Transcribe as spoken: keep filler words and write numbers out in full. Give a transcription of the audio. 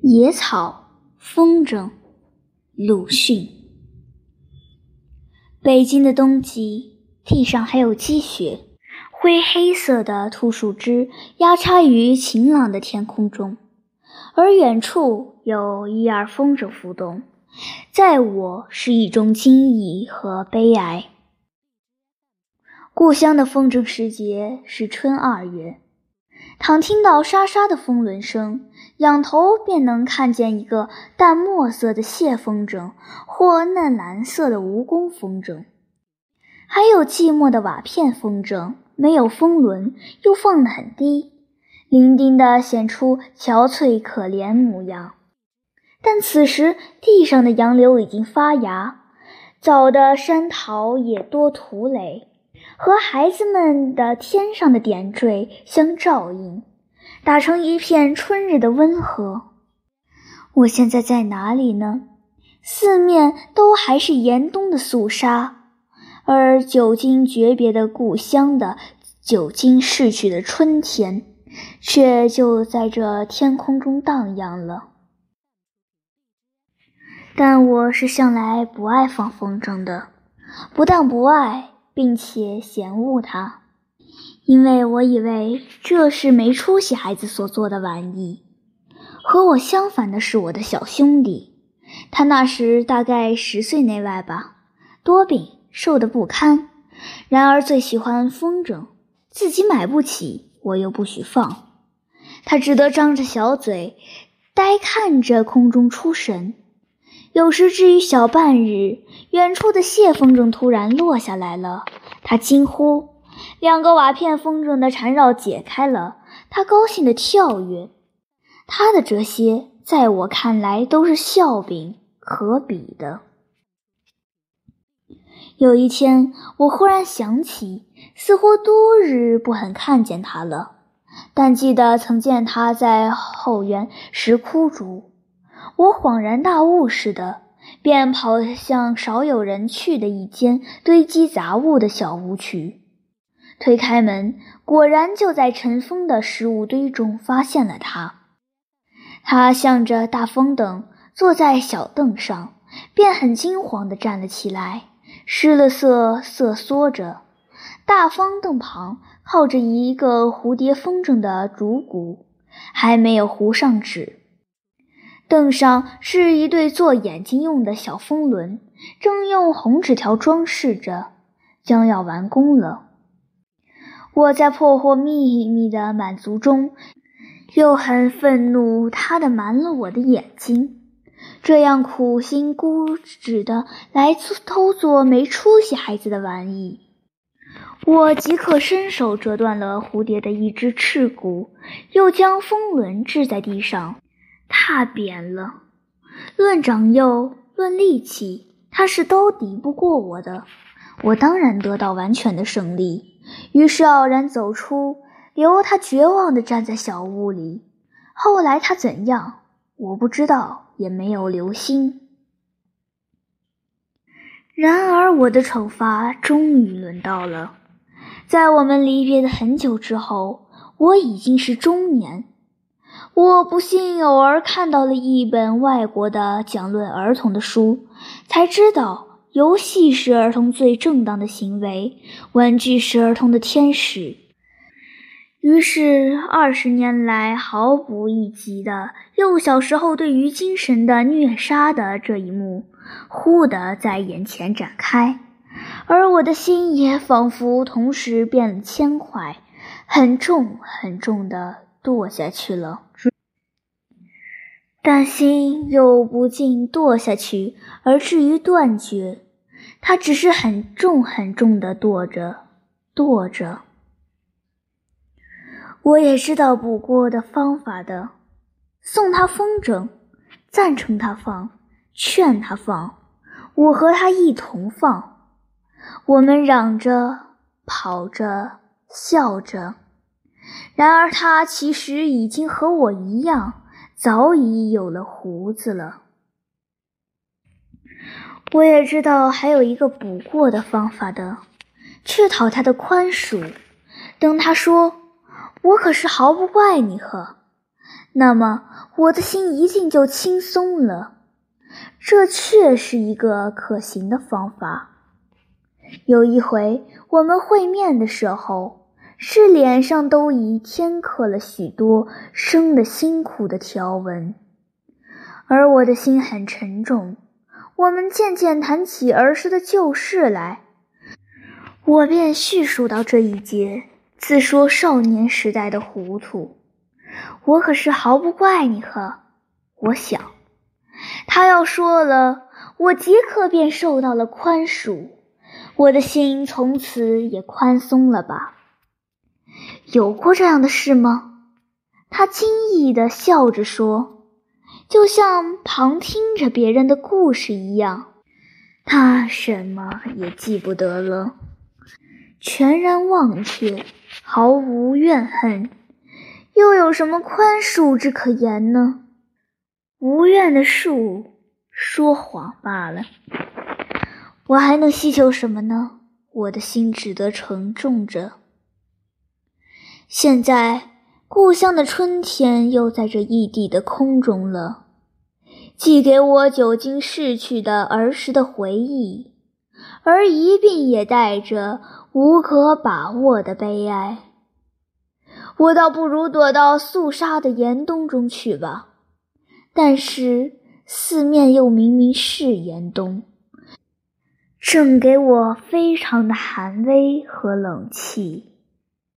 野草风筝，鲁迅。北京的冬季，地上还有积雪，灰黑色的秃树枝压插于晴朗的天空中，而远处有一二风筝浮动，在我是一种惊异和悲哀。故乡的风筝时节是春二月，倘听到沙沙的风轮声，仰头便能看见一个淡墨色的蟹风筝或嫩蓝色的蜈蚣风筝，还有寂寞的瓦片风筝，没有风轮，又放得很低，伶仃地显出憔悴可怜模样。但此时地上的杨柳已经发芽，早的山桃也多涂蕾，和孩子们的天上的点缀相照应，打成一片春日的温和。我现在在哪里呢？四面都还是严冬的肃杀，而久经诀别的故乡的久经逝去的春天，却就在这天空中荡漾了。但我是向来不爱放风筝的，不但不爱，并且嫌恶它，因为我以为这是没出息孩子所做的玩意。和我相反的是我的小兄弟，他那时大概十岁内外吧，多病，瘦得不堪，然而最喜欢风筝，自己买不起，我又不许放，他只得张着小嘴，呆看着空中出神。有时至于小半日，远处的蟹风筝突然落下来了，他惊呼，两个瓦片风筝的缠绕解开了，他高兴地跳跃。他的这些在我看来都是笑柄，可比的。有一天我忽然想起，似乎多日不很看见他了，但记得曾见他在后园拾枯竹。我恍然大悟似的，便跑向少有人去的一间堆积杂物的小屋去。推开门，果然就在尘封的食物堆中发现了他。他向着大风灯坐在小凳上，便很惊慌地站了起来，失了色瑟缩着。大方凳旁靠着一个蝴蝶风筝的竹骨，还没有糊上纸。凳上是一对做眼睛用的小风轮，正用红纸条装饰着，将要完工了。我在破获秘密的满足中，又很愤怒他的瞒了我的眼睛，这样苦心孤诣的来偷做没出息孩子的玩意。我即刻伸手折断了蝴蝶的一只翅骨，又将风轮掷在地上踏扁了。论长幼，论力气，他是都敌不过我的，我当然得到完全的胜利。于是傲然走出，留他绝望地站在小屋里。后来他怎样，我不知道，也没有留心。然而我的惩罚终于轮到了。在我们离别的很久之后，我已经是中年。我不幸偶尔看到了一本外国的讲论儿童的书，才知道游戏是儿童最正当的行为，玩具是儿童的天使。于是二十年来毫不一及的幼小时候对于精神的虐杀的这一幕忽地在眼前展开，而我的心也仿佛同时变了铅块，很重很重地堕下去了。但心又不禁堕下去，而至于断绝，它只是很重很重地堕着堕着。我也知道补过的方法的，送他风筝，赞成他放，劝他放，我和他一同放。我们嚷着，跑着，笑着，然而他其实已经和我一样，早已有了胡子了。我也知道还有一个补过的方法的，去讨他的宽恕。等他说，我可是毫不怪你呵， 那么我的心一定就轻松了。这确是一个可行的方法。有一回我们会面的时候，是脸上都已添刻了许多生的辛苦的条纹，而我的心很沉重。我们渐渐谈起儿时的旧事来，我便叙述到这一节，自说少年时代的糊涂。我可是毫不怪你呵，我想。他要说了，我即刻便受到了宽恕，我的心从此也宽松了吧。有过这样的事吗？他惊异地笑着说，就像旁听着别人的故事一样。他什么也记不得了，全然忘却，毫无怨恨，又有什么宽恕之可言呢？无怨的树说谎罢了。我还能希求什么呢？我的心只得沉重着。现在故乡的春天又在这异地的空中了，寄给我久经逝去的儿时的回忆，而一并也带着无可把握的悲哀。我倒不如躲到肃杀的严冬中去吧，但是四面又明明是严冬，正给我非常的寒威和冷气。